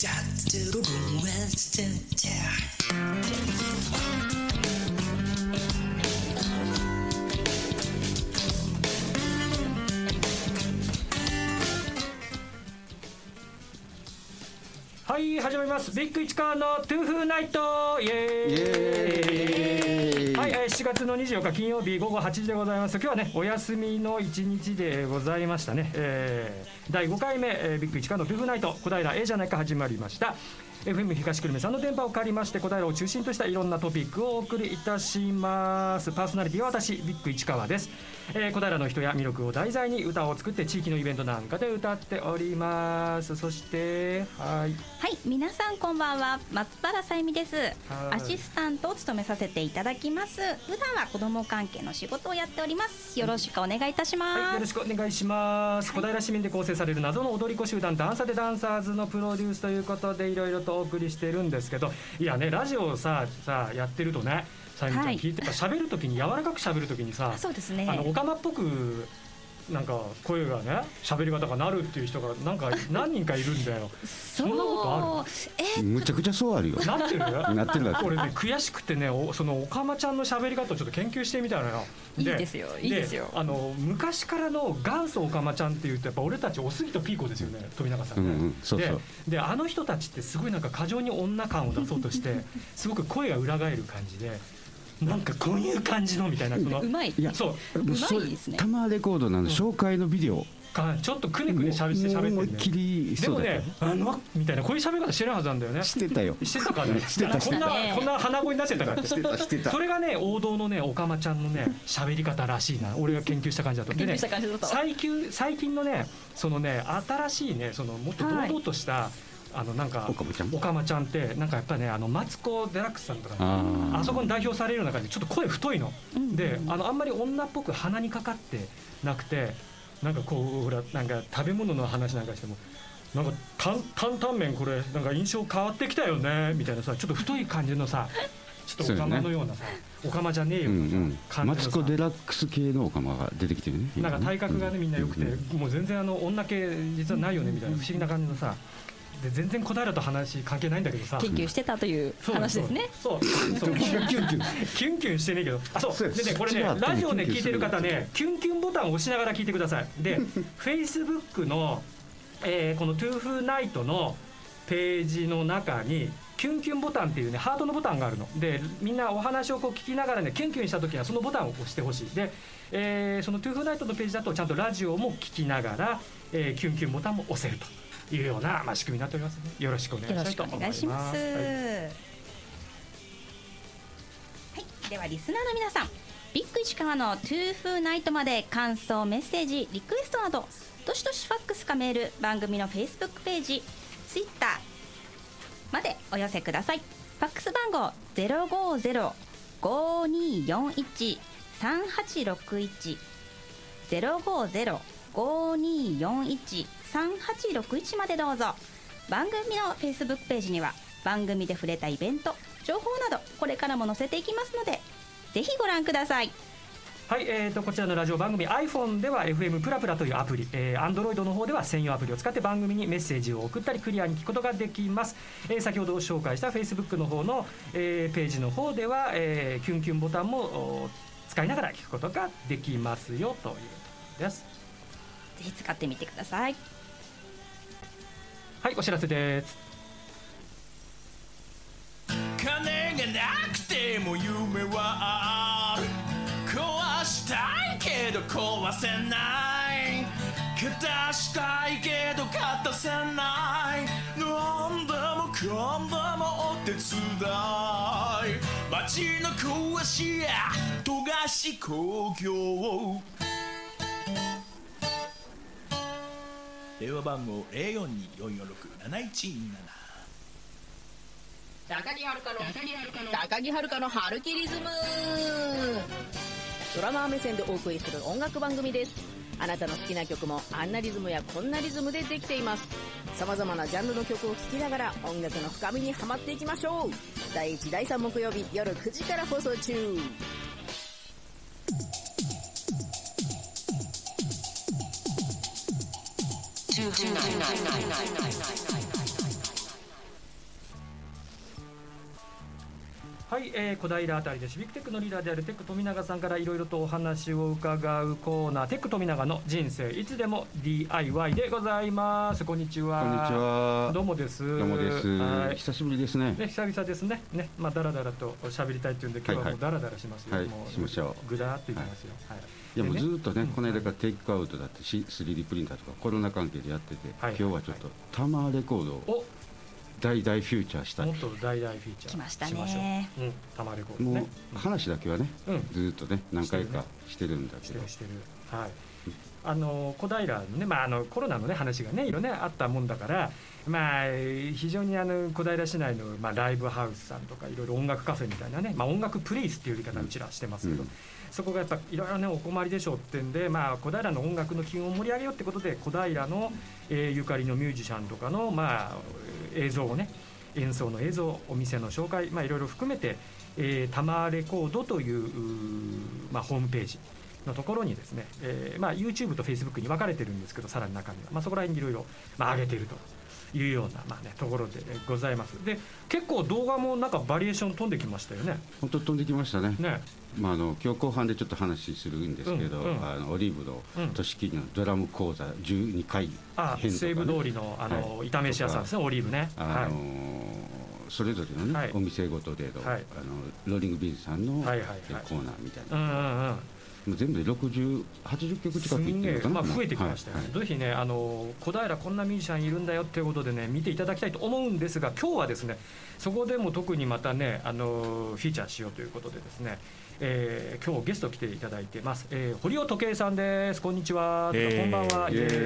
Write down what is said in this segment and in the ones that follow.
はい、始まります。ビッグ市川のトゥーフーナイトイエーイ。はい、7月の24日金曜日午後8時でございます。今日はねお休みの一日でございましたね。第5回目、ビッグ市川のトゥーフーナイト小平 A じゃないか始まりました。FM 東久留米さんの電波を借りまして小平を中心としたいろんなトピックをお送りいたします。パーソナリティは私ビッグ市川です。小平の人や魅力を題材に歌を作って地域のイベントなんかで歌っております。そしてはい、 皆さんこんばんは、松原さゆみです。アシスタントを務めさせていただきます。普段は子ども関係の仕事をやっております。よろしくお願いいたします。 はい、よろしくお願いします。小平市民で構成される謎の踊り子集団ダンサでダンサーズのプロデュースということでいろいろとお送りしてるんですけど、いやねラジオをさやってるとね、さゆみちゃん聞いてた、喋るときに柔らかく喋るときにさ、 そうですね、 オカマっぽくなんか声がね喋り方がなるっていう人がなんか何人かいるんだよ。そんなことある？むちゃくちゃそうあるよ。 なってる？ なってるわけ。 俺ね悔しくてね、そのオカマちゃんの喋り方をちょっと研究してみたのよ。 いいですよ、いいですよ。 昔からの元祖オカマちゃんっていうとやっぱ俺たちおすぎとピーコですよね、富永さんね。 そうそう。 であの人たちってすごいなんか過剰に女感を出そうとしてすごく声が裏返る感じで。なんかこういう感じのみたいな、 うまい。いや、 そううまいですね。 タマーレコードの紹介のビデオがちょっとくねくね喋ってるね。 思いっきりでもね、みたいなこういう喋り方してるはずなんだよね。 してたよ。 してたかね。 してた。 こんな鼻声になってたから。 してた。 それがね王道のねオカマちゃんのね喋り方らしいな。俺が研究した感じだと。 研究した感じだと。 最近のねそのね新しいねそのもっと堂々とした、なんかオカマちゃんってなんかやっぱりねマツコ・デラックスさんとか、ね、あそこに代表されるような感じでちょっと声太いの、であんまり女っぽく鼻にかかってなくて、なんかこうほらなんか食べ物の話なんかしてもなんか担々麺これなんか印象変わってきたよねみたいなさ、ちょっと太い感じのさちょっとオカマのようなさ、オカマじゃねえよみたいな感じのさ、 マツコ・デラックス系のオカマが出てきてるね。 なんか体格がねみんな良くて、もう全然女系実はないよねみたいな不思議な感じのさ、で全然小平と話関係ないんだけどさ、 研究してたという話ですね。 そうキュンキュンしてねえけど、そうでねこれねラジオね聞いてる方ねキュンキュンボタンを押しながら聞いてください。でFacebook のこのトゥーフーナイトのページの中にキュンキュンボタンっていうねハートのボタンがあるので、みんなお話をこう聞きながらねキュンキュンした時にはそのボタンを押してほしい。で、そのトゥーフーナイトのページだとちゃんとラジオも聞きながら、キュンキュンボタンも押せるというような、仕組みになっておりますのでよろしくお願いしたいと思います。 はい、ではリスナーの皆さん、ビッグ市川のトゥーフーナイトまで感想、メッセージ、リクエストなどどしどしファックスかメール、番組の Facebook ページ、Twitter までお寄せください。ファックス番号 050-5241-3861 050-5241-3861までどうぞ。番組の Facebook ページには番組で触れたイベント、情報などこれからも載せていきますのでぜひご覧ください。 はい、こちらのラジオ番組 iPhone では FM プラプラというアプリ、Android の方では専用アプリを使って番組にメッセージを送ったりクリアに聞くことができます。先ほど紹介した Facebook の方の、ページの方では、キュンキュンボタンも使いながら聞くことができますよということです。 ぜひ使ってみてください。 はい、お知らせです。 金がなくても夢はある、壊したいけど壊せない、勝したいけど勝たせない、なんでもかんでもお手伝い、街の壊しや富樫工業、電話番号 042-446-7127。 高木遥のハルキリズム、ドラマー目線でお送りする音楽番組です。あなたの好きな曲もあんなリズムやこんなリズムでできています。様々なジャンルの曲を聴きながら音楽の深みにはまっていきましょう。第1第3木曜日夜9時から放送中。 はい、小平あたりでシビックテックのリーダーであるテック富永さんからいろいろとお話を伺うコーナー、テック富永の人生いつでも DIY でございます。こんにちは。 こんにちは。 どうもです。 どうもです。 はい、 久しぶりですね。 久々ですね。まあだらだらと喋りたいというんで今日はもうだらだらしますよ。 はい、 もうしましょう。 ぐだーっていきますよ。はい。 いやもうずっとね、この間からテイクアウトだって 3D プリンターとかコロナ関係でやってて、今日はちょっとタマーレコードを大々フューチャーしたい。 もっと大々フューチャー来ましたね。 タマーレコードね。 もう話だけはね、ずっとね何回かしてるんだけど。 してる。はい。小平のね、まあコロナのね話がねいろいろねあったもんだから、まあ非常に小平市内のまあライブハウスさんとかいろいろ音楽カフェみたいなね、まあ音楽プレイスっていう呼び方うちらしてますけど、そこがやっぱいろいろねお困りでしょうってんで、まあ小平の音楽の機運を盛り上げようってことで小平のゆかりのミュージシャンとかのまあ映像をね、演奏の映像、お店の紹介、まあいろいろ含めてタマーレコードというまあホームページのところにですね、まあ YouTube と Facebook に分かれてるんですけど、さらに中身は、まあ、そこら辺にいろいろ上げているというような、まあね、ところでございます。で結構動画もなんかバリエーション飛んできましたよね。 本当飛んできましたね。まあ今日後半でちょっと話するんですけど、オリーブの年金のドラム講座12回編とか、ね、 西武通りの炒め飯屋さんですね、オリーブね。 それぞれのね、お店ごとでのローリングビーズさんのコーナーみたいな。全部で80曲近くいってるのかな。 まあ増えてきましたよね。ぜひね小平こんなミュージシャンいるんだよっていうことでね見ていただきたいと思うんですが、今日はですねそこでも特にまたねフィーチャーしようということでですね、今日ゲスト来ていただいてます。堀尾時計さんです。こんにちは。こんばんは。 こんばん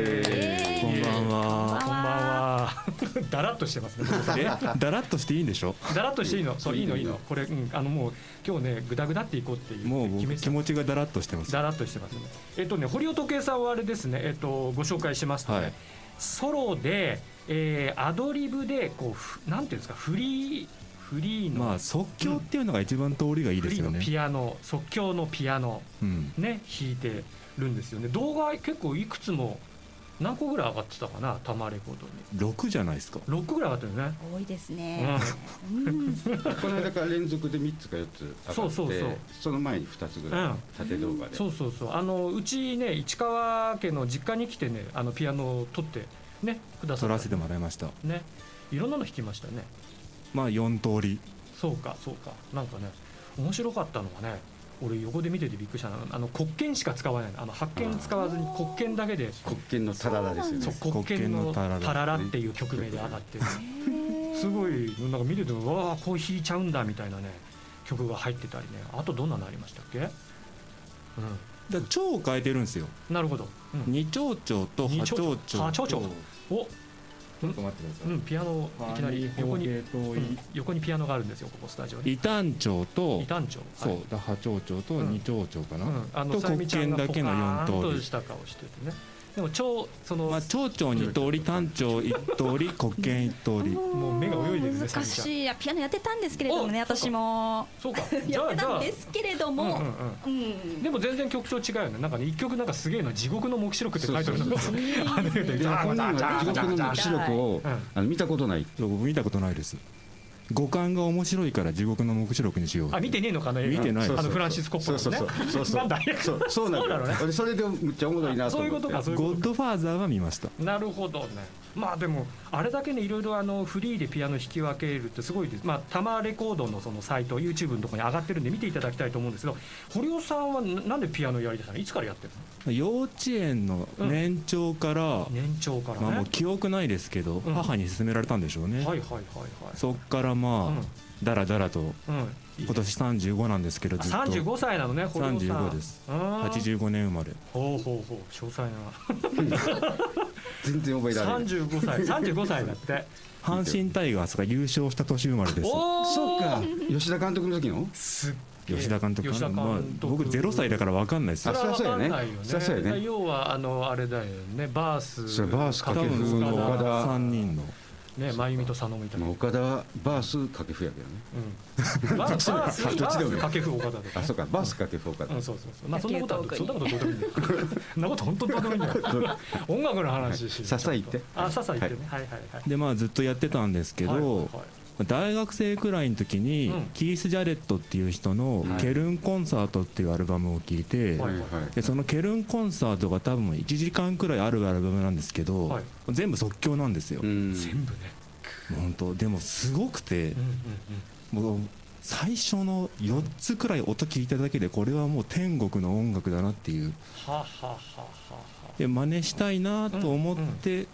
は。 こんばんは。だらっとしてますね。 だらっとしていいんでしょ。 だらっとしていいの。そういいのいいの。これもう今日ねグダグダっていこうっていうもう気持ちがだらっとしてます。 だらっとしてますね。堀尾時計さんはあれですね。ご紹介しますとね、ソロでアドリブでこうなんていうんですか、フリーのまあ即興っていうのが一番通りがいいですよね。 フリーのピアノ、即興のピアノね弾いてるんですよね。動画結構いくつも何個ぐらい上がってたかな、タマーレコードに。 6じゃないですか。 6ぐらい上がってるね。 多いですね。 この間から連続で3つか4つ上がって、その前に2つぐらい縦動画で。 うちね市川家の実家に来てねピアノを取ってねくださった。 取らせてもらいましたね。いろんなの弾きましたね。 まあ4通り。 そうかなんかね面白かったのがね、俺横で見ててびっくりしたの黒鍵しか使わないの。発鍵使わずに黒鍵だけで。 黒鍵のタララですよね。 黒鍵のタララっていう曲名で上がってる。すごいなんか見ててわあこう弾いちゃうんだみたいなね曲が入ってたりね。あとどんなのありましたっけ。 だ調を変えてるんですよ。 なるほど。 2丁々と8丁々。 おちょっと待ってください。 ピアノいきなり横にピアノがあるんですよ、ここスタジオに。 異端調とそうだ8丁々と2丁々かな。と黒鍵だけの4通り。 した顔しててね。でも長々 2通り、単調1通り、黒鍵1通り。 もう目が泳いでるね。 難しい。ピアノやってたんですけれどもね、私も。 そうか。 やってたんですけれども。 でも全然曲調違うよね。なんかね一曲なんかすげえの地獄の黙示録って書いてあるの。 本人は地獄の黙示録を見たことない。 見たことないです。五感が面白いから地獄の黙示録にしよう。 見てねえのかな。 見てない。 フランシスコッポラね。なんだ。 そうなんだろうね。それでむっちゃおもろいなと思って。 そういうことか。 ゴッドファーザーは見ました。 なるほどね。まあでもあれだけねいろいろフリーでピアノ弾き分けるってすごいです。まあタマーレコードのそのサイト YouTube のところに上がってるんで見ていただきたいと思うんですけど、堀尾さんはなんでピアノやりだしたの？いつからやってるの？幼稚園の年長からまあもう記憶ないですけど母に勧められたんでしょうね。そっからまあだらだらと今年35なんですけどずっと。 35歳なのね。堀尾さん 35です。85年生まれ。 ほう詳細な。 全然覚えられない。 35歳だって。 阪神タイガースが優勝した年生まれです。 そうか。吉田監督の時の。 吉田監督。まあ僕0歳だから分かんないですよ。 そうやね。 要はあれだよね。バース掛布の岡田 3人の。 ね、真由美と佐野みたいな。 岡田はバース掛布やけどね。 バース掛布岡田で。 あ、そうか、バース掛布岡田。 そう。まあそんなことどうでもいいんだよ。そんなこと本当どうでもいいんだよ。音楽の話し。 笹行って。 笹行ってね。はい。 でまあずっとやってたんですけど、 大学生くらいの時に、キース・ジャレットっていう人の「ケルンコンサート」っていうアルバムを聴いて、でそのケルンコンサートが多分1時間くらいあるアルバムなんですけど、全部即興なんですよ。 全部ね。 本当でもすごくて、もう最初の4つくらい音聞いただけでこれはもう天国の音楽だなっていう。で真似したいなと思って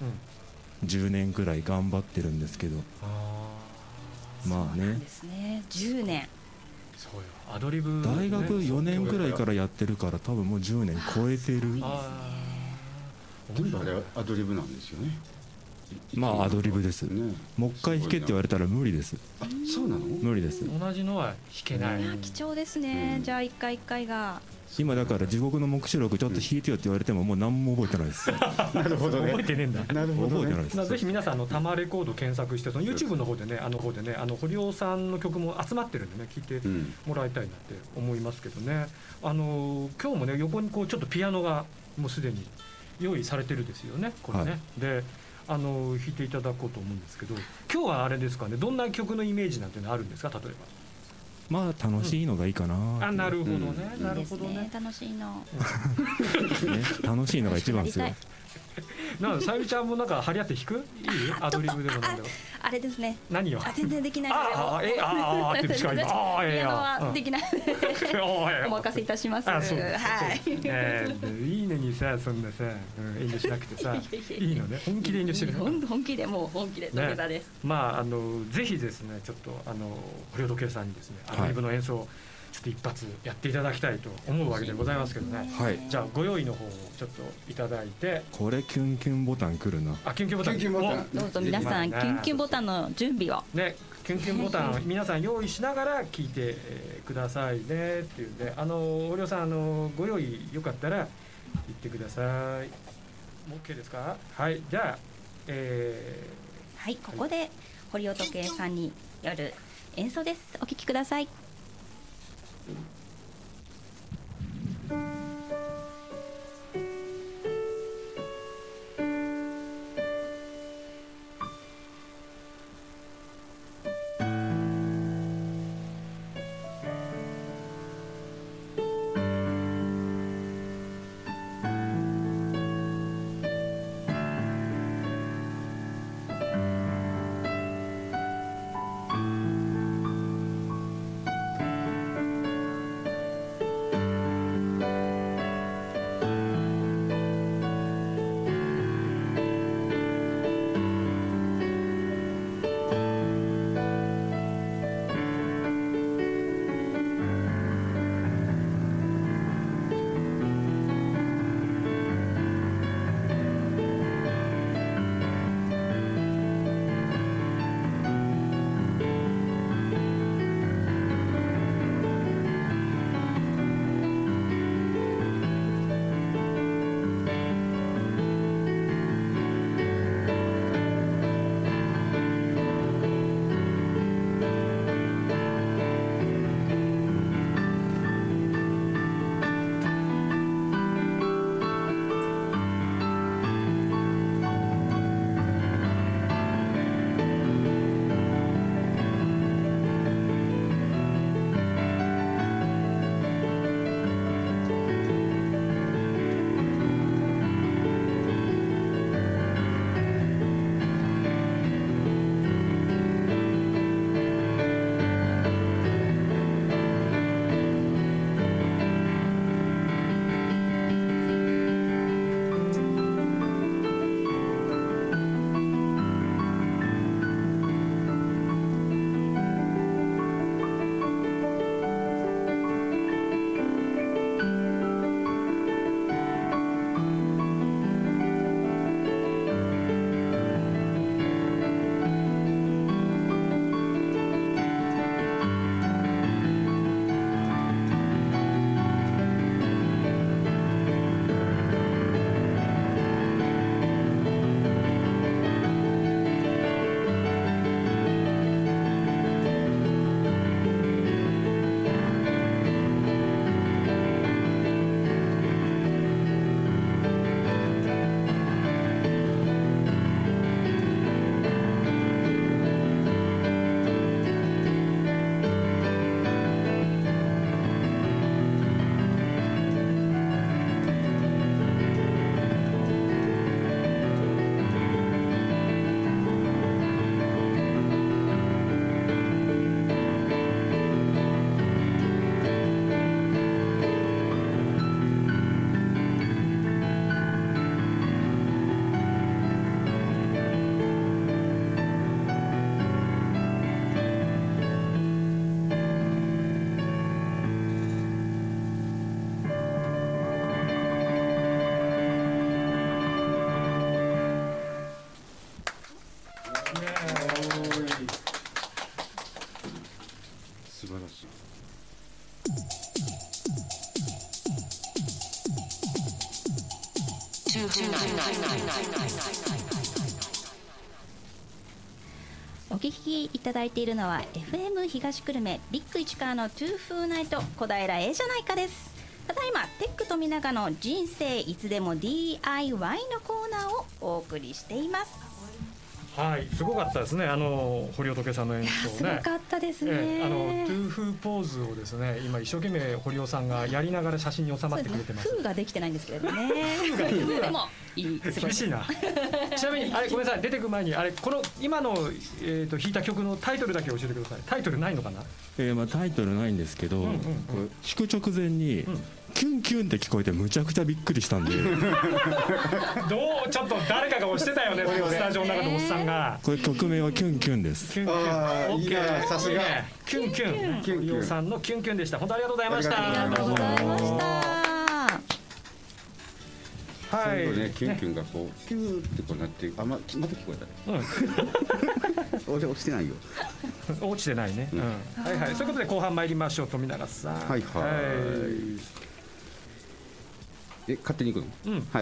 10年くらい頑張ってるんですけど。まあね。 ですね。10年。 そうよ。アドリブ。 大学4年くらいからやってるから多分もう10年超えてる。 全部あれアドリブなんですよね。 まあアドリブです。もう一回弾けって言われたら無理です。 あ、そうなの？ 無理です。 同じのは弾けない。 貴重ですね。じゃあ一回一回が。 今だから地獄の黙示録ちょっと弾いてよって言われてももう何も覚えてないです。 なるほどね。 覚えてねえんだ。 なるほどね。 覚えてないです。 ぜひ皆さんタマレコード検索してその YouTube の方でね堀尾さんの曲も集まってるんでね聞いてもらいたいなって思いますけどね。今日もね横にこうちょっとピアノがもうすでに用意されてるですよねこれね。で弾いていただこうと思うんですけど今日はあれですかねどんな曲のイメージなんていうのあるんですか例えば。 まあ楽しいのがいいかな。 なるほどね。なるほどね。 楽しいの。 楽しいのが一番ですよ。 なんかさゆりちゃんもなんか張り合って弾く？いい？アドリブでもなんでも。 あれですね。 何を？ 全然できないので。って近い。 ピアノはできない。お任せいたします。はい。 いいねにさそんなさ遠慮しなくてさいいのね。本気で遠慮してる。 本気でもう本気で土下座です。 まあぜひですねちょっと堀尾時計さんにですねアドリブの演奏ちょっと一発やっていただきたいと思うわけでございますけどね。じゃあご用意の方をちょっといただいて。 これキュンキュンボタン来るな。 キュンキュンボタン。 どうぞ皆さんキュンキュンボタンの準備を。 ね、キュンキュンボタン皆さん用意しながら聞いてくださいねっていうんで堀尾さんご用意よかったら言ってください。OK ですか？はい、じゃあはい、ここで堀尾時計さんによる演奏です。お聴きください。 お聞きいただいているのは FM 東久留米ビッグ市川のトゥーフーナイト小平えじゃないかです。ただいまテック富永の人生いつでも DIY のコーナーをお送りしています。 はい、すごかったですね、堀乙さんの演奏ね。 すごかったですね。 トゥーフーポーズをですね、今一生懸命堀尾さんがやりながら写真に収まってくれてます。 フーができてないんですけれどね。でもいい、 厳しいな。ちなみにあれごめんなさい、出てく前にあれこの今の弾いた曲のタイトルだけ教えてください。タイトルないのかな？ まあタイトルないんですけど、弾く直前に。キュンキュンって聞こえてむちゃくちゃびっくりしたんでちょっと誰かが押してたよね、スタジオの中のおっさんが。 これ曲名はキュンキュンです。 キュンキュン、いいね、さすがキュンキュン、堀尾さんのキュンキュンでした。本当ありがとうございました。 ありがとうございました。 はい、ね、キュンキュンがこうキューってこうなってまた聞こえたね。俺落ちてないよ。 落ちてないね。はいはい。そういうことで後半参りましょう。富永さん。 はいはい。勝手に行くの？はい。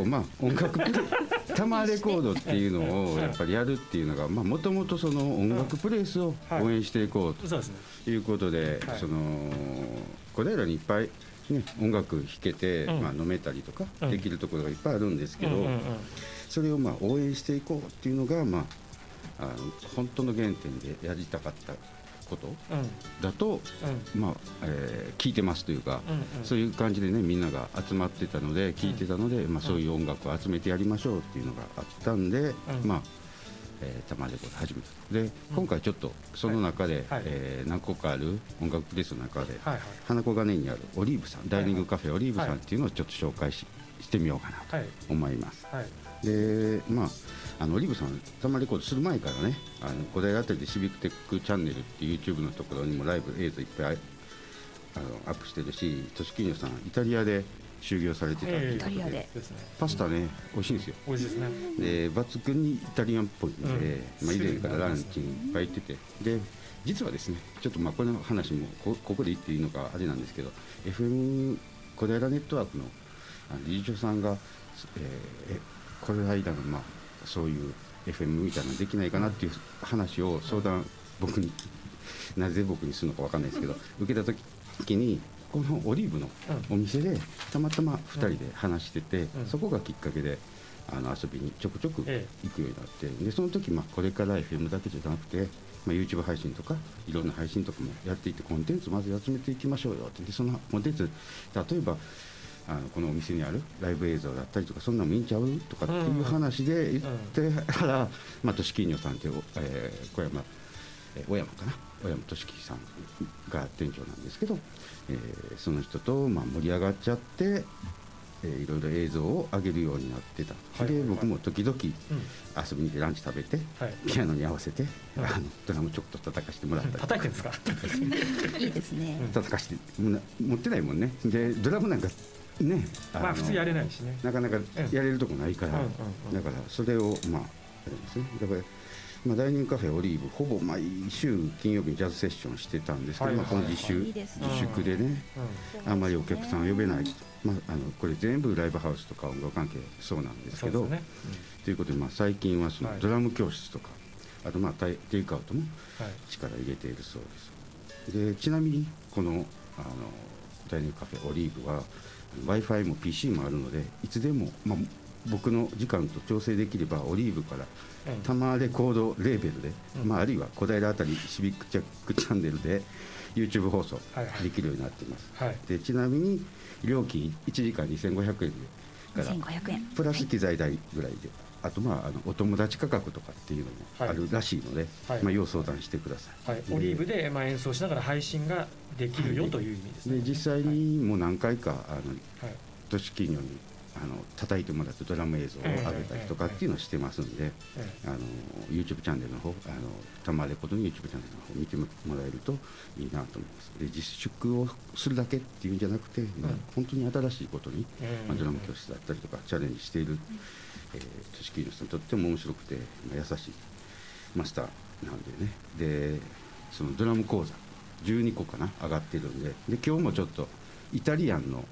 まあ音楽タマレコードっていうのをやっぱりやるっていうのがもともとその音楽プレイスを応援していこうということで、その小平にいっぱいね、音楽弾けて、飲めたりとかできるところがいっぱいあるんですけど、それを応援していこうっていうのが、本当の原点でやりたかったことだと、聞いてますというか、そういう感じでねみんなが集まってたので聞いてたので、そういう音楽を集めてやりましょうっていうのがあったんで、タマレコで始めた。で今回ちょっとその中で、何個かある音楽プレイスの中で、花子金井にあるオリーブさん、ダイニングカフェオリーブさんっていうのをちょっと紹介してみようかなと思います。でオリーブさんタマレコードする前からね、小平あたりでシビックテックチャンネルっていう YouTube のところにもライブ映像いっぱいアップしてるし、としきにょさんイタリアで修行されてたということで、パスタね美味しいんですよ。 美味しいですね。 で抜群にイタリアンっぽいので、以前からランチにいっぱい行ってて、で実はですねちょっとこの話もここで言っていいのかあれなんですけど、 FM 小平ネットワークの理事長さんが、これ間のそういう FM みたいなのできないかなっていう話を相談僕になぜ僕にするのか分かんないですけど受けた時に、このオリーブのお店でたまたま2人で話してて、そこがきっかけで遊びにちょくちょく行くようになって、でその時これから FM だけじゃなくて、YouTube 配信とかいろんな配信とかもやっていってコンテンツまず集めていきましょうよって、でそのコンテンツ例えばこのお店にあるライブ映像だったりとかそんなのもいいんちゃうとかっていう話で言ってからとしきにょさんって小山かな、小山俊樹さんが店長なんですけど、その人と盛り上がっちゃって、いろいろ映像を上げるようになってた。で僕も時々遊びに行ってランチ食べて、ピアノに合わせてドラムちょっと叩かしてもらったり。 叩くんですか？ いいですね。 叩かして持ってないもんね。でドラムなんかね、 普通やれないしね、 なかなかやれるとこないから、だからそれをやるんですね。だからダイニングカフェオリーブほぼ毎週金曜日にジャズセッションしてたんですけど、この自粛でね、あんまりお客さんを呼べない、これ全部ライブハウスとか音楽関係そうなんですけど、ということで最近はそのドラム教室とか、あとテイクアウトも力入れているそうです。でちなみにこのダイニングカフェオリーブは Wi-Fi も PC もあるので、いつでも、僕の時間と調整できればオリーブからタマレコードレーベルで、あるいは小平あたりシビックチャックチャンネルで YouTube 放送できるようになっています。でちなみに料金1時間2500円でからプラス機材代ぐらいで、あとお友達価格とかっていうのもあるらしいので、要相談してください。 オリーブで演奏しながら配信ができるよという意味ですね。 で実際にもう何回か都市企業に叩いてもらってドラム映像を上げたりとかっていうのをしてますんで、YouTube チャンネルの方、タマレコの YouTube チャンネルの方見てもらえるといいなと思います。で自粛をするだけっていうんじゃなくて、本当に新しいことに、ドラム教室だったりとかチャレンジしている都市企業さんにとっても面白くて優しいマスターなんでね。でそのドラム講座12個かな上がってるんで、今日もちょっとイタリアンの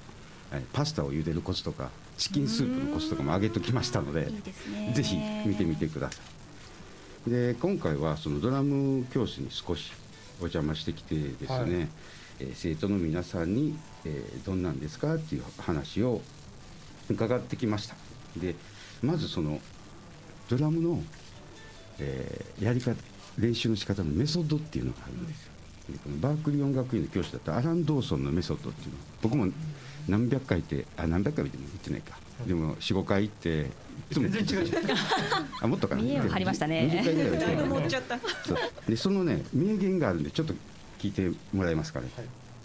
パスタを茹でるコツとかチキンスープのコツとかも上げときましたので、ぜひ見てみてください。で今回はそのドラム教室に少しお邪魔してきてですね、生徒の皆さんに、どんなんですかっていう話を伺ってきました。でまずそのドラムの、やり方、練習の仕方のメソッドっていうのがあるんですよ。でこのバークリー音楽院の教師だったアラン・ドーソンのメソッドっていうの、僕も何百回でも言ってないか、でも 4,5 回行っていつも全然違うあもっとかな、 見栄を張りましたね。 20回ぐらいは行って持っちゃった。 そうでそのね名言があるんでちょっと聞いてもらえますかね。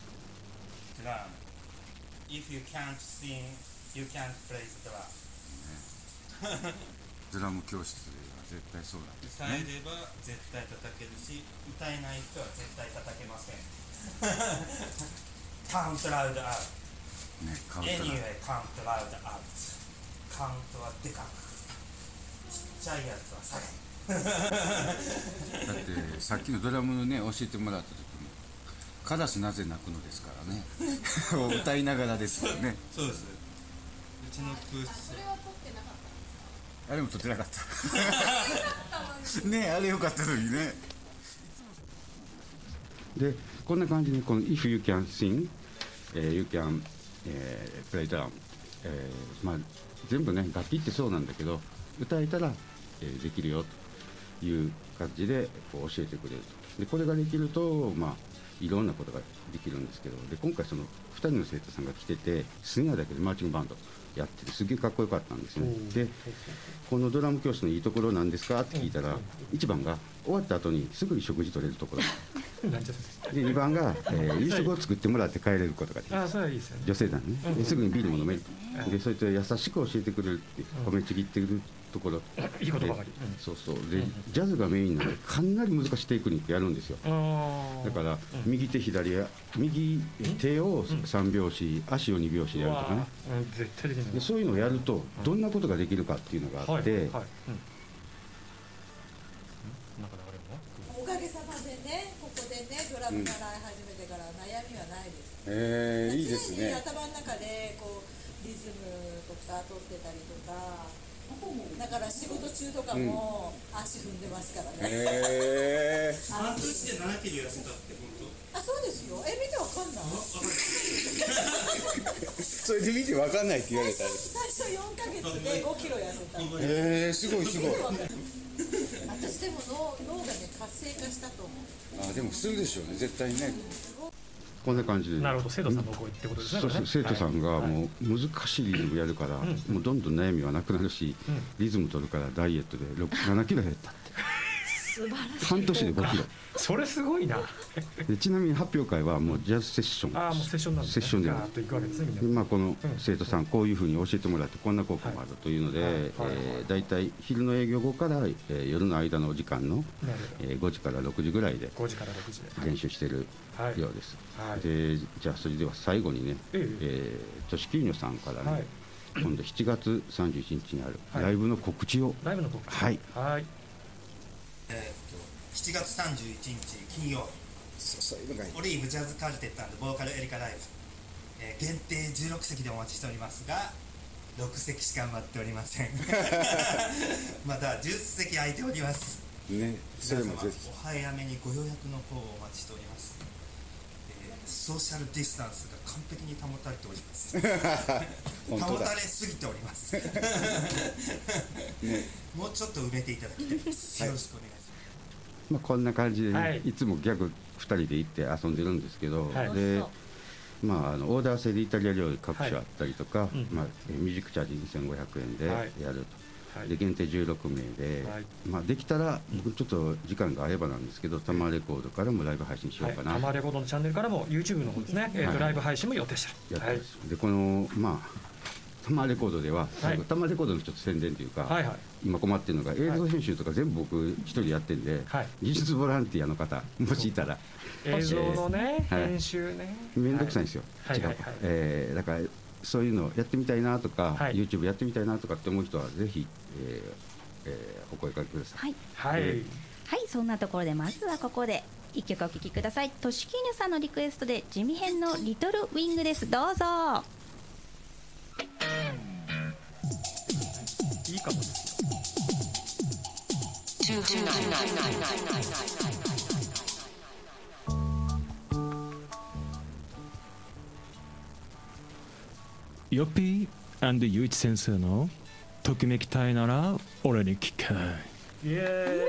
If you can't sing, you can't play the drum. ドラム教室は絶対そうなんですね。 歌えれば絶対叩けるし、歌えない人は絶対叩けません。Count loud out. ね、 Anyway, count loud out. カウントはでかく。ちっちゃいやつは下げ。 だってさっきのドラムのね教えてもらった時もカラスなぜ鳴くのですからね歌いながらですよね。 そうです。うちの教室。 あれも撮ってなかったねあれよかったのにね。でこんな感じにこの If you can sing, you can play drum、まあ全部ね楽器ってそうなんだけど歌えたら、できるよという感じでこう教えてくれると。でこれができるとまあいろんなことができるんですけど、で今回その2人の生徒さんが来ててスネアだけでマーチングバンドやっててすげえかっこよかったんですね。でこのドラム教室のいいところなんですかって聞いたら、1番が終わった後にすぐに食事取れるところで2番が、夕食を作ってもらって帰れることができる。 あそれはいいですよね。 女性だね、ですぐにビールも飲めるで、それと優しく教えてくれるって褒めちぎってるところ、 いいことばかり。 そうそうでジャズがメインなのでかなり難しいテクニックやるんですよ。だから右手左右手を3拍子足を2拍子でやるとかね、 絶対できない。 でそういうのをやるとどんなことができるかっていうのがあって、 おかげさまでね、ここでねドラム習い始めてから悩みはないです。 いいですね。 常に頭の中でこうリズムとか取ってたりとか、だから仕事中とかも足踏んでますからね。 半年で7キロ痩せたって本当？ あ、そうですよ。見てわかんない？ それで見てわかんないって言われたら最初4ヶ月で5キロ痩せた。 すごいすごい。 私でも脳がね活性化したと思う。 でもするでしょうね絶対ね。こんな感じで。 なるほど、生徒さんの声ってことですね。 そうそう、生徒さんがもう難しいリズムやるから、もうどんどん悩みはなくなるし、リズム取るからダイエットで7キロ減ったって。 素晴らしい。 半年で5キロ。 それすごいな。 でちなみに発表会はもうジャズセッション。 もうセッションなんですね。 セッションで。まあこの生徒さんこういうふうに教えてもらってこんな効果もあるというので、だいたい昼の営業後から夜の間の時間の5時から6時ぐらいで練習してるようです。でじゃあそれでは最後にね、トシキーニョさんからね、今度7月31日にあるライブの告知を。 ライブの告知。 はい。 7月31日金曜日、オリーブジャズカルテット&ボーカルエリカライブ、限定16席でお待ちしておりますが6席しか埋まっておりません。また10席空いておりますね。それもぜひお早めにご予約の方をお待ちしております。ソーシャルディスタンスが完璧に保たれております。保たれすぎております。もうちょっと埋めていただきたいです。よろしくお願いします。 こんな感じで、ね、いつもギャグ2人で行って遊んでるんですけど、でオーダー制でイタリア料理各種あったりとか、ミュージックチャージ2500円でやると、で限定16名で、できたら僕ちょっと時間が合えばなんですけどタマレコードからもライブ配信しようかな、 タマレコードのチャンネルからも YouTube の方ですね、ライブ配信も予定してる。 でこのタマレコードでは、タマレコードのちょっと宣伝というか、今困ってるのが映像編集とか全部僕一人やってるんで、技術ボランティアの方もしいたら映像のね、編集ね面倒くさいんですよ。だからそういうのやってみたいなとか、YouTube やってみたいなとかって思う人はぜひ、お声かけください。 はい、そんなところでまずはここで一曲お聴きください。トシキーニョさんのリクエストで地味編のリトルウィングです。どうぞ。 かもですよ。 よっぴー&ゆういち先生のときめきたいなら俺に聞け。 イエ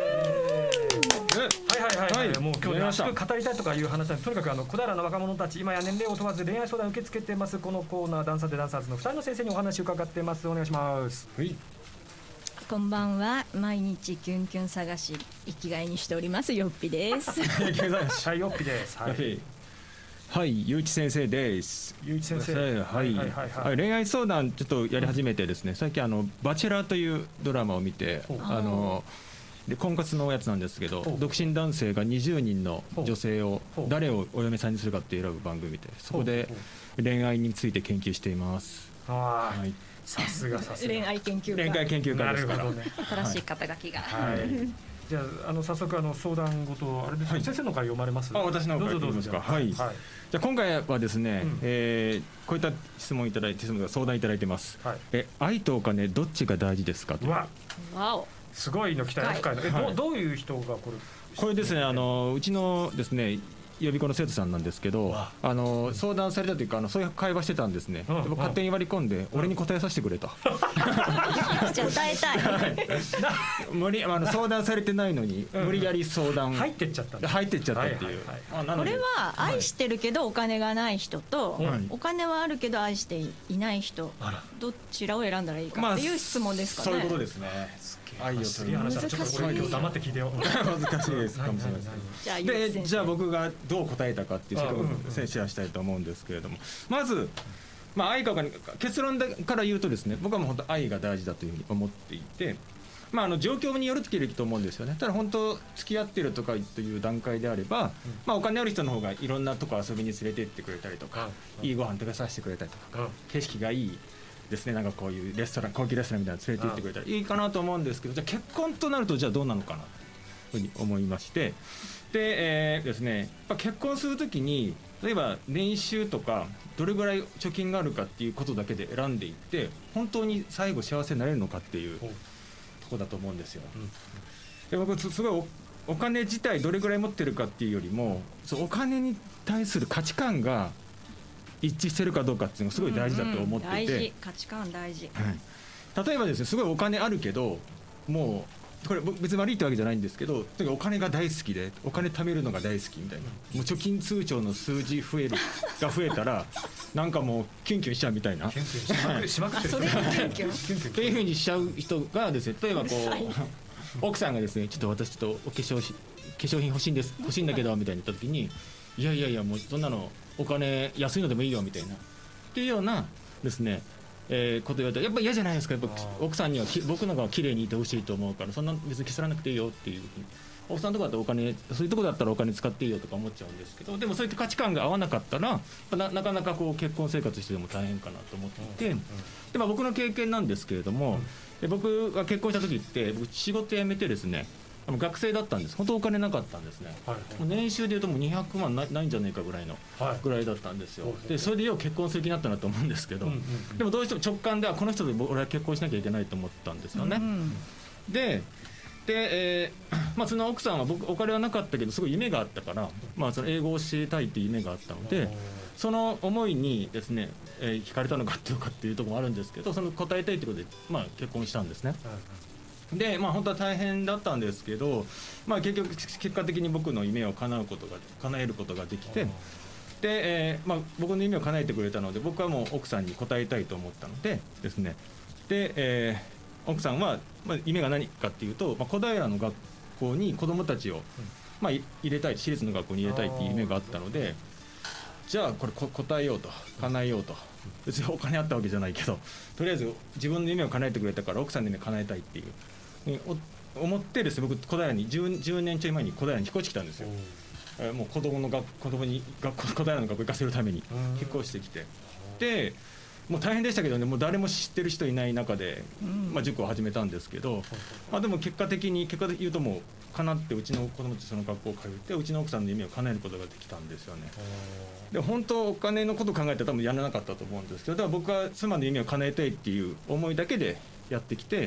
ーイ。もう今日熱く語りたいとかいう話なんで、とにかく小平の若者たち、今や年齢を問わず恋愛相談を受け付けてます。このコーナー、ダンサーでダンサーズの2人の先生にお話を伺ってます。お願いします。はい、 こんばんは。毎日キュンキュン探し生きがいにしておりますよっぴです。 はい、よっぴです。はい、 はい、ゆういち先生です。 ゆういち先生、 はい、恋愛相談ちょっとやり始めてですね、最近バチェラーというドラマを見て、で婚活のやつなんですけど、独身男性が20人の女性を誰をお嫁さんにするかって選ぶ番組で、そこで恋愛について研究しています。 はい、さすが恋愛研究家、 恋愛研究家ですから、 新しい肩書きが。 じゃあ早速相談事あれですか、先生の回読まれます？ 私の回読みますか。はい。じゃあ今回はですね、こういった質問いただいて、相談いただいてます。愛とお金どっちが大事ですかと。 わお。 すごいの来たよ。深いの。どういう人がこれですね、うちのですね予備校の生徒さんなんですけど、相談されたというかそういう会話してたんですね。でも勝手に割り込んで俺に答えさせてくれと。 じゃあ答えたい。 無理、相談されてないのに無理やり相談入ってっちゃったっていう。 これは愛してるけどお金がない人と、お金はあるけど愛していない人、どちらを選んだらいいかっていう質問ですかね。 そういうことですね。愛をする話はちょっとこれ今日黙って聞いてよ。 難しいですかもしれないです。じゃあ僕がどう答えたかっていうそれをシェアしたいと思うんですけれども、まず愛かお金、結論から言うとですね、僕はもう本当愛が大事だというふうに思っていて、状況によると思うんですよね。ただ本当付き合ってるとかという段階であれば、お金ある人の方がいろんなとこ遊びに連れて行ってくれたりとか、いいご飯食べさせてくれたりとか、景色がいいですね、なんかこういうレストラン、高級レストランみたいなの連れて行ってくれたらいいかなと思うんですけど、じゃあ結婚となるとじゃあどうなのかなというふうに思いまして、で、ですね、結婚するときに例えば年収とかどれぐらい貯金があるかっていうことだけで選んでいって本当に最後幸せになれるのかっていうとこだと思うんですよ。で僕すごいお金自体どれぐらい持ってるかっていうよりも、お金に対する価値観が一致してるかどうかっていうのがすごい大事だと思っていて、 大事、価値観大事。 例えばですね、すごいお金あるけどもうこれ別に悪いってわけじゃないんですけど、お金が大好きでお金貯めるのが大好きみたいな、もう貯金通帳の数字増えたらなんかもうキュンキュンしちゃうみたいな、 しまくってるそれがキュンキュンっていう風にしちゃう人がですね、例えばこう奥さんがですね、ちょっと私お化粧品欲しいんだけどみたいに言った時に、いやもうそんなのお金安いのでもいいよみたいなっていうようなですねこと言われたらやっぱ嫌じゃないですか。やっぱ奥さんには僕の方が綺麗にいてほしいと思うから、そんな別に消さなくていいよっていうふうに、奥さんとかだとそういうとこだったらお金使っていいよとか思っちゃうんですけど、でもそういった価値観が合わなかったらなかなかこう結婚生活しても大変かなと思っていて、で僕の経験なんですけれども、僕が結婚した時って僕仕事辞めてですね、学生だったんです。本当お金なかったんですね。年収でいうともう200万ないんじゃないかぐらいだったんですよ。でそれでよう結婚する気になったなと思うんですけど、でもどうしても直感ではこの人と俺は結婚しなきゃいけないと思ったんですよね。でその奥さんは僕お金はなかったけどすごい夢があったから、その英語を教えたいっていう夢があったので、その思いにですね、惹かれたのかっていうところもあるんですけど、その答えたいということで、結婚したんですね。で本当は大変だったんですけど、結果的に僕の夢を叶えることができて、で、僕の夢を叶えてくれたので、僕はもう奥さんに答えたいと思ったのでですね、で、奥さんは、夢が何かっていうと、小平の学校に子どもたちを、入れたい、私立の学校に入れたいっていう夢があったので、じゃあこれ答えようと、叶えようと、別にお金あったわけじゃないけど、とりあえず自分の夢を叶えてくれたから奥さんの夢を叶えたいっていう思ってですね、僕小平に10年ちょい前に小平に引っ越してきたんですよ。もう子供に小平の学校行かせるために引っ越してきて、でもう大変でしたけどね、もう誰も知ってる人いない中で、塾を始めたんですけど、でも結果的に言うともう叶って、うちの子供たちその学校を通ってうちの奥さんの夢を叶えることができたんですよね。で本当お金のことを考えたら多分やらなかったと思うんですけど、だから僕は妻の夢を叶えたいっていう思いだけでやってきて、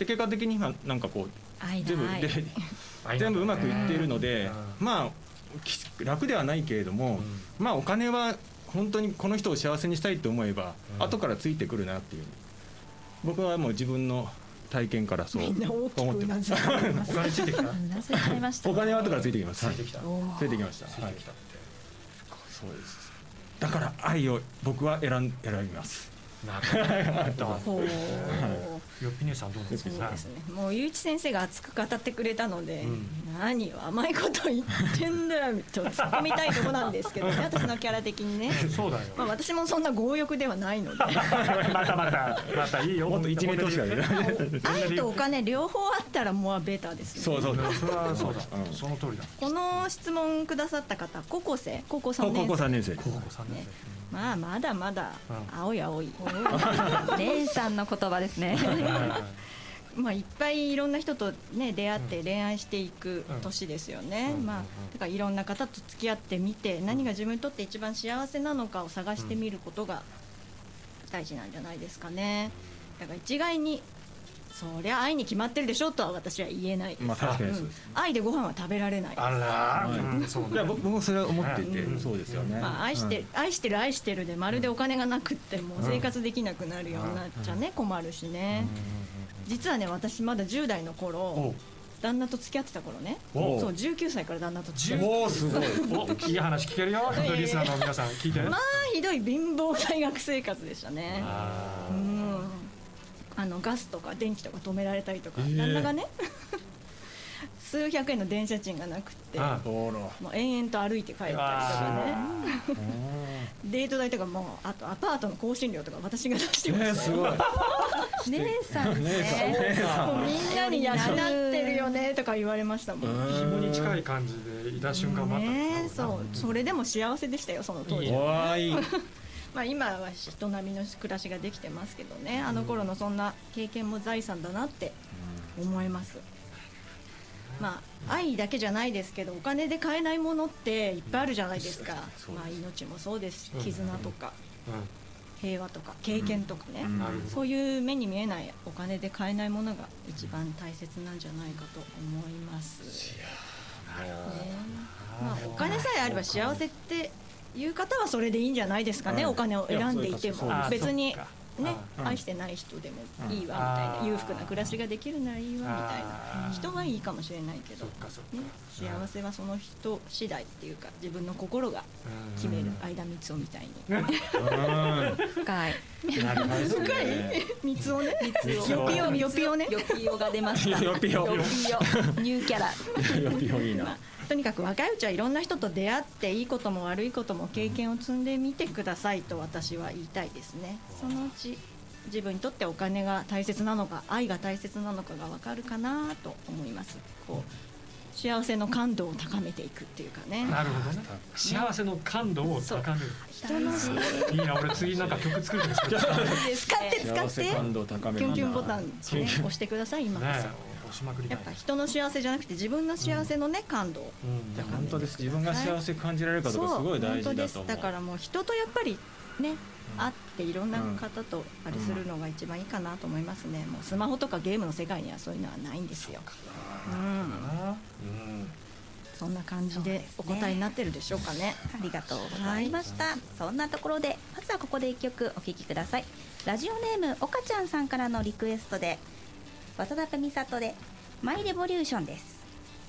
で結果的に今なんかこう全部うまくいっているので、まあ楽ではないけれども、まあお金は本当にこの人を幸せにしたいと思えば後からついてくるなっていう、僕はもう自分の体験からそう思ってます。お金ついてきた？ お金は後からついてきます。 ついてきた。 ついてきました。そうです。だから愛を僕は選びます。 なるほど。よっぴ姉さんどうなんですか？ そうですね。もうゆういち先生が熱く語ってくれたので、何よ甘いこと言ってんだよと突っ込みたいとこなんですけどね、私のキャラ的にね。 そうだよ。 まあ私もそんな強欲ではないので。 またいいよ。 もっと一面としかね。 愛とお金両方あったらもうベターですね。 そう。 それはそうだ。その通りだ。 この質問くださった方、高校3年生。まあまだまだ青い。 姉さんの言葉ですね。 まあいっぱいいろんな人とね出会って恋愛していく年ですよね。まあだからいろんな方と付き合ってみて、何が自分にとって一番幸せなのかを探してみることが大事なんじゃないですかね。だから一概にそりゃ愛に決まってるでしょとは私は言えないです。 まあ確かにそうです。 愛でご飯は食べられないです。 あら、 いや僕もそれは思っていて、そうですよね。 まあ愛してるでまるでお金がなくってもう生活できなくなるようになっちゃね困るしね。実はね私まだ10代の頃旦那と付き合ってた頃ね、そう19歳から旦那と付き合ってた。 おおすごい。 いい話聞けるよ。リスナーの皆さん聞いて。 まあひどい貧乏大学生活でしたね。ガスとか電気とか止められたりとか、旦那がね数百円の電車賃がなくってもう延々と歩いて帰ったりとかねデート代とかもあとアパートの更新料とか私が出してましたよ。 すごい。 姉さんね。 みんなに養ってるよねとか言われましたもん。 紐に近い感じでいた瞬間もあったんですか？ それでも幸せでしたよその当時は。まあ今は人並みの暮らしができてますけどね、あの頃のそんな経験も財産だなって思います。まあ愛だけじゃないですけどお金で買えないものっていっぱいあるじゃないですか。まあ命もそうですし、絆とか平和とか経験とかね、そういう目に見えないお金で買えないものが一番大切なんじゃないかと思います。まあお金さえあれば幸せっていう方はそれでいいんじゃないですかね。お金を選んでいても別にね愛してない人でもいいわみたいな、裕福な暮らしができるならいいわみたいな人はいいかもしれないけど、幸せはその人次第っていうか自分の心が決める。相田みつおみたいに深いみつおね、よぴおね、 よぴおが出ました。 よぴおニューキャラ。 よぴおいいな。 とにかく若いうちはいろんな人と出会っていいことも悪いことも経験を積んでみてくださいと私は言いたいですね。そのうち自分にとってお金が大切なのか愛が大切なのかが分かるかなと思います。こう幸せの感度を高めていくっていうかね。 なるほどね。幸せの感度を高める。いいな、俺次なんか曲作るんですけど。 使ってキュンキュンボタン押してください今こそ。やっぱ人の幸せじゃなくて自分の幸せのね感度を高めてください。 本当です。自分が幸せ感じられるかどうかすごい大事だと思う。 だからもう人とやっぱりね会っていろんな方とあれするのが一番いいかなと思いますね。もうスマホとかゲームの世界にはそういうのはないんですよ。そんな感じでお答えになってるでしょうかね。 ありがとうございました。そんなところでまずはここで一曲お聴きください。ラジオネームおかちゃんさんからのリクエストで渡辺美里でマイレボリューションです。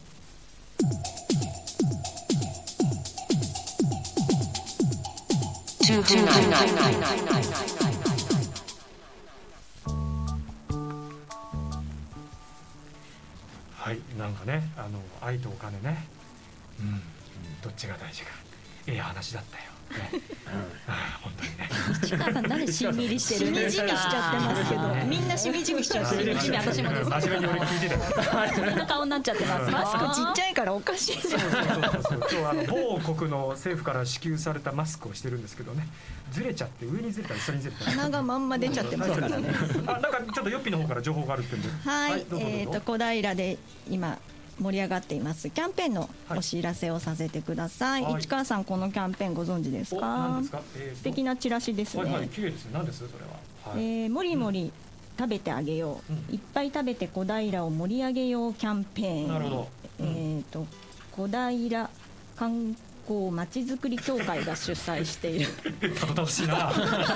はい、なんかね、愛とお金ね、どっちが大事か、話だったよ。本当にね。 市川さんなんでしんみりしてるんですか。 しみじみしちゃってますけど、みんなしみじみしちゃってる。 私もです。 真面目に俺聞いてた。 こんな顔になっちゃってます。 マスクちっちゃいからおかしいじゃん。 今日某国の政府から支給されたマスクをしてるんですけどね、ずれちゃって上にずれたり下にずれたり。 鼻がまんま出ちゃってますからね。 なんかちょっとヨッピーの方から情報があるってんで。 はい、小平で今盛り上がっていますキャンペーンのお知らせをさせてください。市川さんこのキャンペーンご存知ですか？素敵なチラシですね。 綺麗ですね。何ですそれは。 もりもり食べてあげよう、いっぱい食べて小平を盛り上げようキャンペーン。 なるほど、小平観光まちづくり協会が主催しているたどたどしいな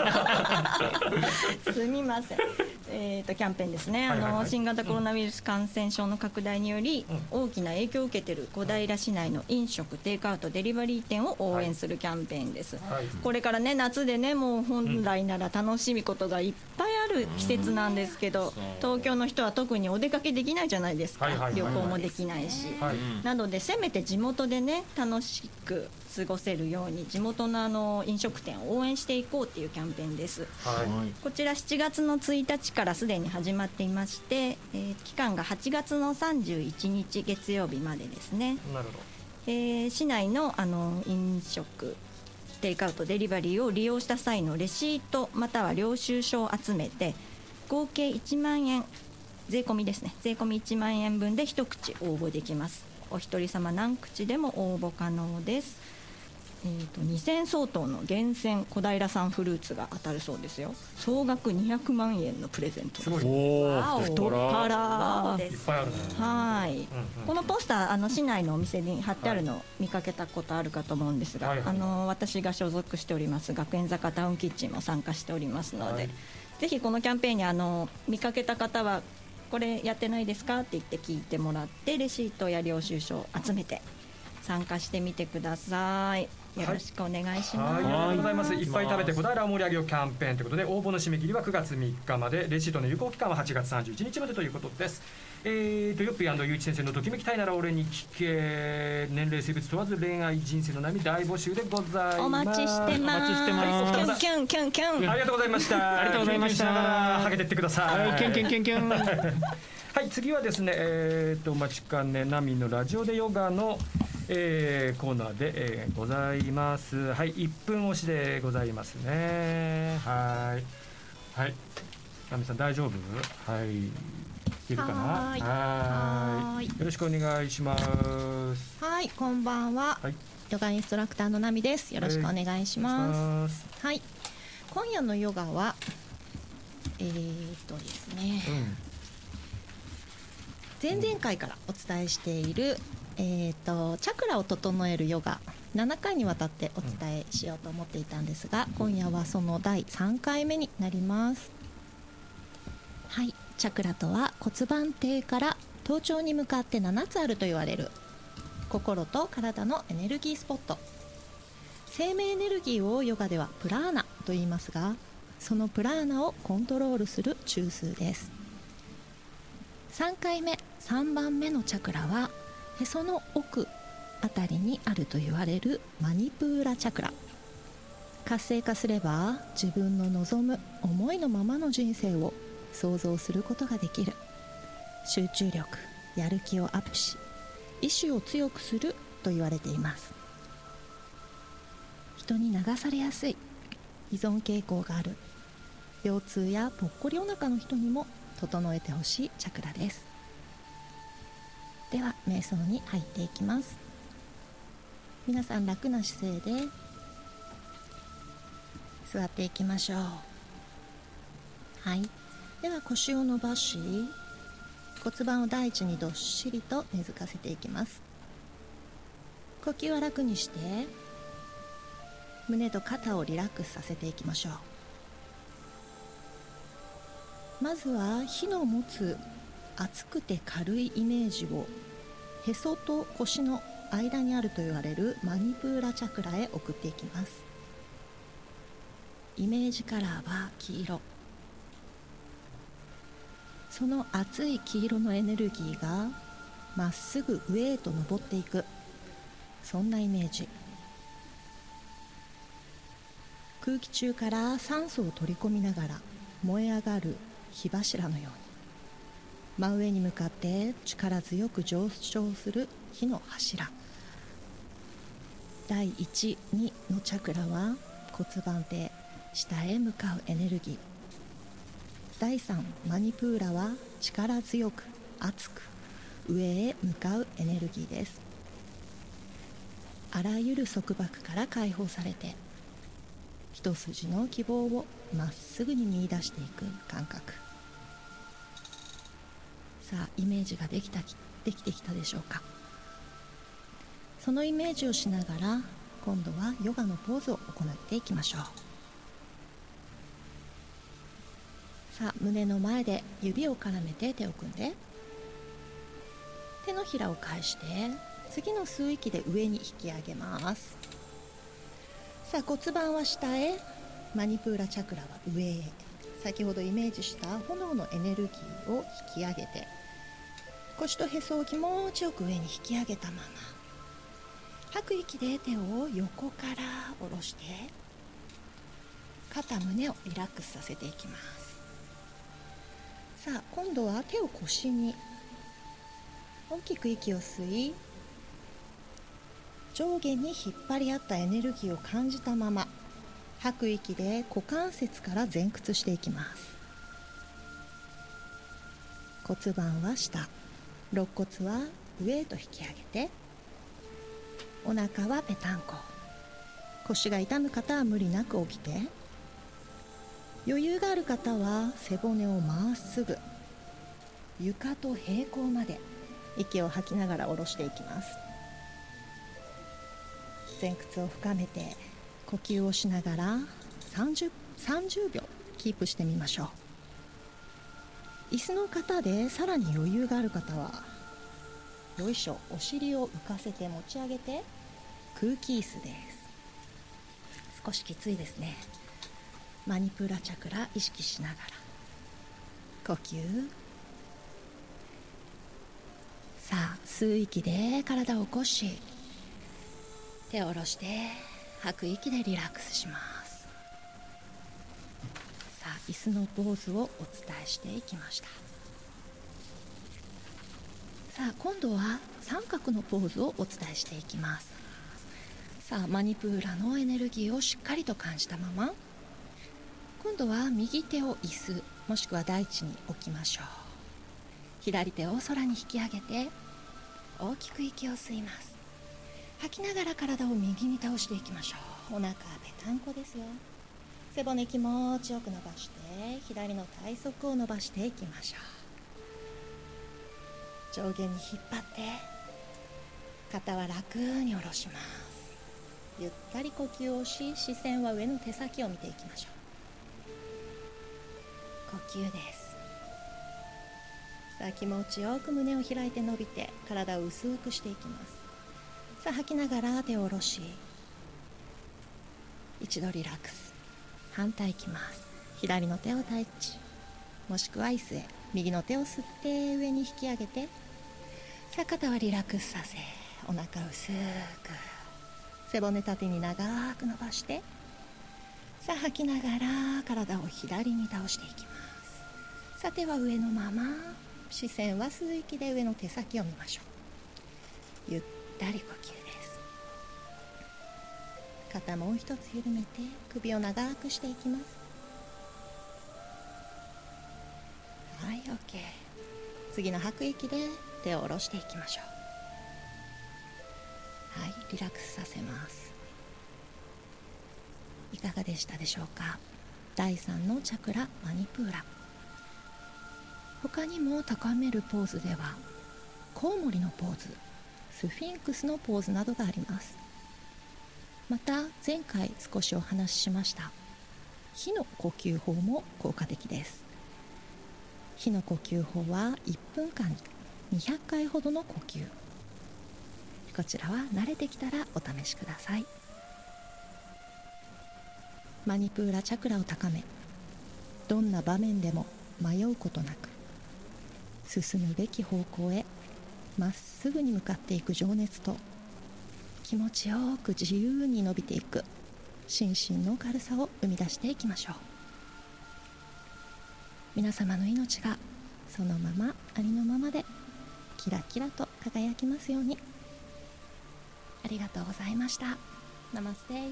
すみません、キャンペーンですね。新型コロナウイルス感染症の拡大により大きな影響を受けている小平市内の飲食テイクアウトデリバリー店を応援するキャンペーンです、これからね夏でねもう本来なら楽しみことがいっぱいある季節なんですけど、東京の人は特にお出かけできないじゃないですか、旅行もできないし、なのでせめて地元でね楽しく過ごせるように地元の飲食店を応援していこうっていうキャンペーンです、こちら7月の1日からすでに始まっていまして、期間が8月の31日月曜日までですね。 なるほど、市内の飲食テイクアウトデリバリーを利用した際のレシートまたは領収書を集めて合計1万円税込みですね、税込み1万円分で一口応募できます。お一人様何口でも応募可能です。2000相当の厳選小平産フルーツが当たるそうですよ。総額200万円のプレゼント。 すごい。 太っ腹。 いっぱいあるね。 はい。このポスター市内のお店に貼ってあるのを見かけたことあるかと思うんですが、私が所属しております学園坂タウンキッチンも参加しておりますので、ぜひこのキャンペーンに見かけた方はこれやってないですかって言って聞いてもらってレシートや領収書を集めて参加してみてください。よろしくお願いします。 ありがとうございます。いっぱい食べて小平を盛り上げようキャンペーンということで応募の締め切りは9月3日まで、レシートの有効期間は8月31日までということです。ヨッピー&ゆういち先生のときめきたいなら俺に聞け、年齢性別問わず恋愛人生の波大募集でございます。 お待ちしてます。キュンキュンキュンキュン。 ありがとうございました。 ありがとうございました。 はげてってください。 キュンキュンキュンキュン。 はい、次はですね、お待ちかねナミのラジオでヨガのコーナーで、ございます。はい、1分押しでございますね。はい。ナミさん大丈夫？はい。いるかな？はい。よろしくお願いします。 はい、こんばんは。ヨガインストラクターのナミです。よろしくお願いします。はい。今夜のヨガはですね。前々回からお伝えしているチャクラを整えるヨガ7回にわたってお伝えしようと思っていたんですが、今夜はその第3回目になります。はい、チャクラとは骨盤底から頭頂に向かって7つあると言われる心と体のエネルギースポット。生命エネルギーをヨガではプラーナと言いますが、そのプラーナをコントロールする中枢です。3回目3番目のチャクラはへその奥あたりにあると言われるマニプーラチャクラ。活性化すれば自分の望む思いのままの人生を想像することができる。集中力、やる気をアップし意志を強くすると言われています。人に流されやすい、依存傾向がある、腰痛やぽっこりお腹の人にも整えてほしいチャクラです。では瞑想に入っていきます。皆さん楽な姿勢で座っていきましょう。はい、では腰を伸ばし骨盤を大地にどっしりと根付かせていきます。呼吸は楽にして胸と肩をリラックスさせていきましょう。まずは火の持つ熱くて軽いイメージをへそと腰の間にあると言われるマニプーラチャクラへ送っていきます。イメージカラーは黄色。その熱い黄色のエネルギーがまっすぐ上へと昇っていく、そんなイメージ。空気中から酸素を取り込みながら燃え上がる火柱のように真上に向かって力強く上昇する火の柱。第1、2のチャクラは骨盤底、下へ向かうエネルギー。第3、マニプーラは力強く熱く上へ向かうエネルギーです。あらゆる束縛から解放されて一筋の希望をまっすぐに見出していく感覚。 さあイメージができてきたでしょうか。そのイメージをしながら今度はヨガのポーズを行っていきましょう。さあ胸の前で指を絡めて手を組んで、手のひらを返して次の吸う息で上に引き上げます。さあ骨盤は下へ、マニプーラチャクラは上へ。先ほどイメージした炎のエネルギーを引き上げて、腰とへそを気持ちよく上に引き上げたまま、吐く息で手を横から下ろして肩胸をリラックスさせていきます。さあ今度は手を腰に大きく息を吸い、上下に引っ張り合ったエネルギーを感じたまま吐く息で股関節から前屈していきます。骨盤は下、肋骨は上へと引き上げて、お腹はぺたんこ。腰が痛む方は無理なく起きて、余裕がある方は背骨をまっすぐ床と平行まで息を吐きながら下ろしていきます。前屈を深めて呼吸をしながら 30秒キープしてみましょう。椅子の方でさらに余裕がある方は、よいしょ、お尻を浮かせて持ち上げて空気椅子です。少しきついですね。マニプーラチャクラ意識しながら呼吸。さあ吸う息で体を起こし、手を下ろして吐く息でリラックスします。さあ椅子のポーズをお伝えしていきました。さあ今度は三角のポーズをお伝えしていきます。さあマニプーラのエネルギーをしっかりと感じたまま、今度は右手を椅子もしくは大地に置きましょう。左手を空に引き上げて大きく息を吸います。吐きながら体を右に倒していきましょう。お腹はぺたんこですよ。背骨気持ちよく伸ばして左の体側を伸ばしていきましょう。上下に引っ張って肩は楽に下ろします。ゆったり呼吸をし、視線は上の手先を見ていきましょう。呼吸です。さあ気持ちよく胸を開いて伸びて体を薄くしていきます。さあ吐きながら手を下ろし、一度リラックス。反対いきます。左の手をタッチもしくは椅子へ、右の手を吸って上に引き上げて、さあ肩はリラックスさせ、お腹薄く背骨縦に長く伸ばして、さあ吐きながら体を左に倒していきます。さあ手は上のまま、視線は吸う息で上の手先を見ましょう。ゆったり呼吸です。肩もう一つ緩めて首を長くしていきます。はい、 OK。 次の吐く息で手を下ろしていきましょう。はい、リラックスさせます。いかがでしたでしょうか。第3のチャクラマニプーラ。他にも高めるポーズではコウモリのポーズ、スフィンクスのポーズなどがあります。また前回少しお話ししました火の呼吸法も効果的です。火の呼吸法は1分間に200回ほどの呼吸。こちらは慣れてきたらお試しください。マニプーラチャクラを高め、どんな場面でも迷うことなく進むべき方向へまっすぐに向かっていく情熱と、気持ちよく自由に伸びていく心身の軽さを生み出していきましょう。皆様の命がそのままありのままでキラキラと輝きますように。ありがとうございました。ナマステ。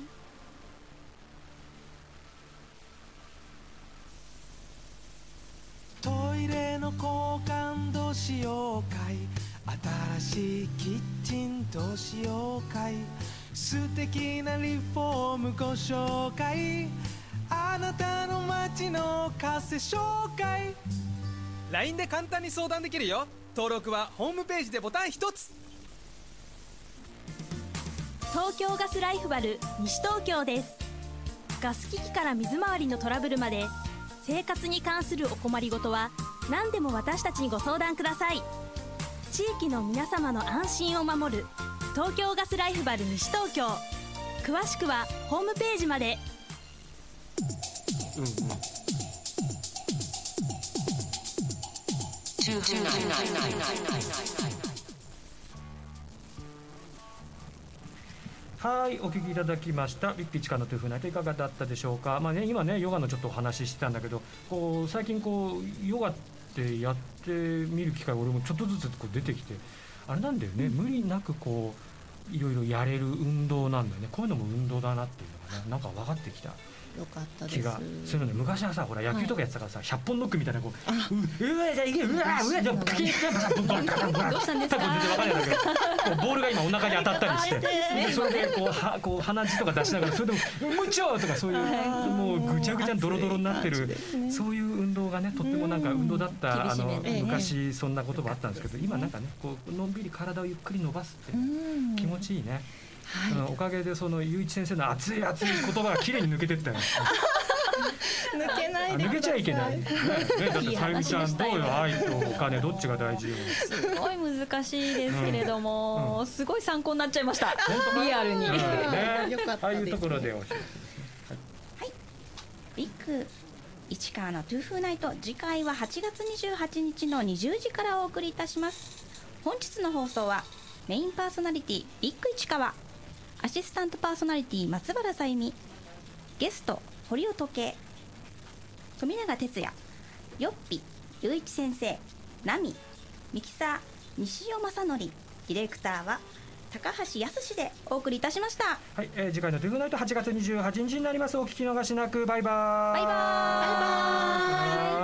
トイレの交換どうしようかい、新しいキッチンどうしようかい、素敵なリフォームご紹介、あなたの街のカセ紹介、 LINE で簡単に相談できるよ。登録はホームページでボタン一つ。 東京ガスライフバル西東京です。ガス機器から水回りのトラブルまで、生活に関するお困りごとは何でも私たちにご相談ください。地域の皆様の安心を守る東京ガスライフバル西東京。詳しくはホームページまで。 はい、お聞きいただきましたビッグ市川のトゥーフナイトいかがだったでしょうか。今ねヨガのちょっとお話ししてたんだけど、最近ヨガってやってみる機会俺もちょっとずつ出てきて、あれなんだよね、無理なくいろいろやれる運動なんだよね。こういうのも運動だなっていうのがね、なんか分かってきたよかったです気がするので、昔はさほら野球とかやってたからさ、100本ノックみたいなうわじゃあいけうわじゃあかけに行って100本ノックどうしたんですか。 多分全然分かんないんだけどボールが今お腹に当たったりして、それで鼻血とか出しながらそれでも「むちょ!」とかそういうもうぐちゃぐちゃドロドロになってる、そういう運動がねとってもなんか運動だった昔そんな言葉あったんですけど、今なんかねのんびり体をゆっくり伸ばすって気持ちいいね。おかげでその雄一先生の熱い熱い言葉がきれいに抜けてったよ。 抜けないでください。 抜けちゃいけない。だってさゆみちゃんどうよ、愛とお金どっちが大事よ。 すごい難しいですけれども、すごい参考になっちゃいました。リアルに。 よかったです。 ああいうところで教えて。 はい。ビッグ市川のトゥーフーナイト、次回は8月28日の20時からお送りいたします。本日の放送はメインパーソナリティビッグ市川、アシスタントパーソナリティ松原さゆみ、ゲスト堀尾時計、富永哲也、よっぴ、雄一先生、ナミ、ミキサー西尾正則、ディレクターは高橋康でお送りいたしました。 はい、次回のトゥーフーナイト8月28日になります。お聞き逃しなく。バイバーイ。 バイバーイ。